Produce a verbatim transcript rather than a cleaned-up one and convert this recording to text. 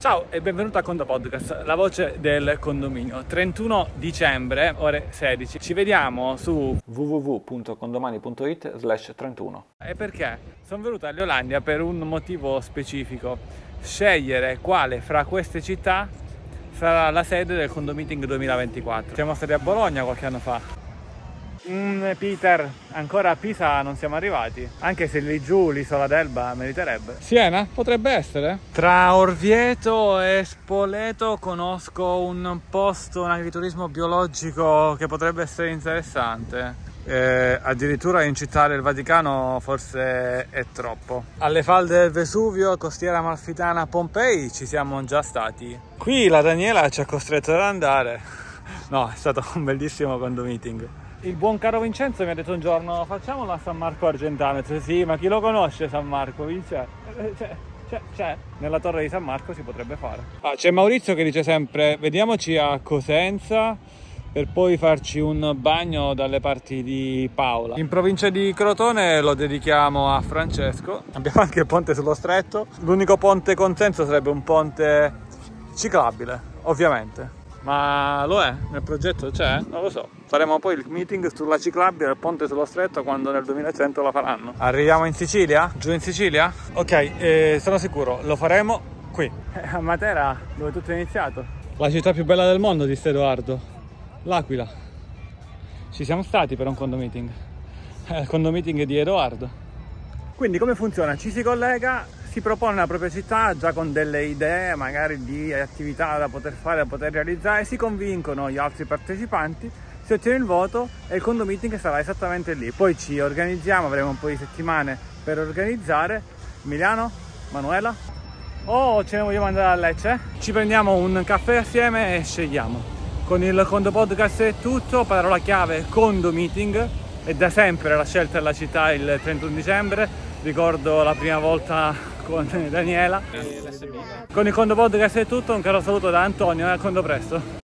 Ciao e benvenuto a Condo Podcast, la voce del condominio. trentuno dicembre, ore sedici. Ci vediamo su w w w punto condomani punto it slash trentuno. E perché? Sono venuto all'Olanda per un motivo specifico: scegliere quale fra queste città sarà la sede del Condomeeting duemilaventiquattro. Siamo stati a Bologna qualche anno fa. Mm, Peter, ancora a Pisa non siamo arrivati, anche se lì giù l'isola d'Elba meriterebbe. Siena? Potrebbe essere. Tra Orvieto e Spoleto conosco un posto, un agriturismo biologico che potrebbe essere interessante. Eh, addirittura in Città del Vaticano forse è troppo. Alle falde del Vesuvio, Costiera Amalfitana, Pompei ci siamo già stati. Qui la Daniela ci ha costretto ad andare. No, è stato un bellissimo condomeeting. Il buon caro Vincenzo mi ha detto un giorno: facciamolo a San Marco Argentano. E ho detto, sì, ma chi lo conosce San Marco? Vince? C'è, c'è, c'è. Nella torre di San Marco si potrebbe fare. Ah, c'è Maurizio che dice sempre: vediamoci a Cosenza per poi farci un bagno dalle parti di Paola. In provincia di Crotone lo dedichiamo a Francesco. Abbiamo anche il ponte sullo stretto. L'unico ponte con senso sarebbe un ponte ciclabile, ovviamente. Ma lo è? Nel progetto c'è? Non lo so. Faremo poi il meeting sulla ciclabile del ponte sullo stretto quando nel duemilacento la faranno. Arriviamo in Sicilia? Giù in Sicilia? Ok, eh, sono sicuro, lo faremo qui. A Matera, dove tutto è iniziato. La città più bella del mondo, disse Edoardo. L'Aquila. Ci siamo stati per un condomeeting. È il condomeeting di Edoardo. Quindi come funziona? Ci si collega, si propone la propria città già con delle idee magari di attività da poter fare, da poter realizzare, si convincono gli altri partecipanti, si ottiene il voto e il condomeeting sarà esattamente lì. Poi ci organizziamo, avremo un po' di settimane per organizzare. Emiliano? Manuela? Oh, ce ne vogliamo andare a Lecce? Ci prendiamo un caffè assieme e scegliamo. Con il Condo Podcast è tutto, parola chiave condomeeting, e da sempre la scelta della città il trentuno dicembre. Ricordo la prima volta con Daniela. Con il Condo Podcast è tutto, un caro saluto da Antonio e a Condo presto.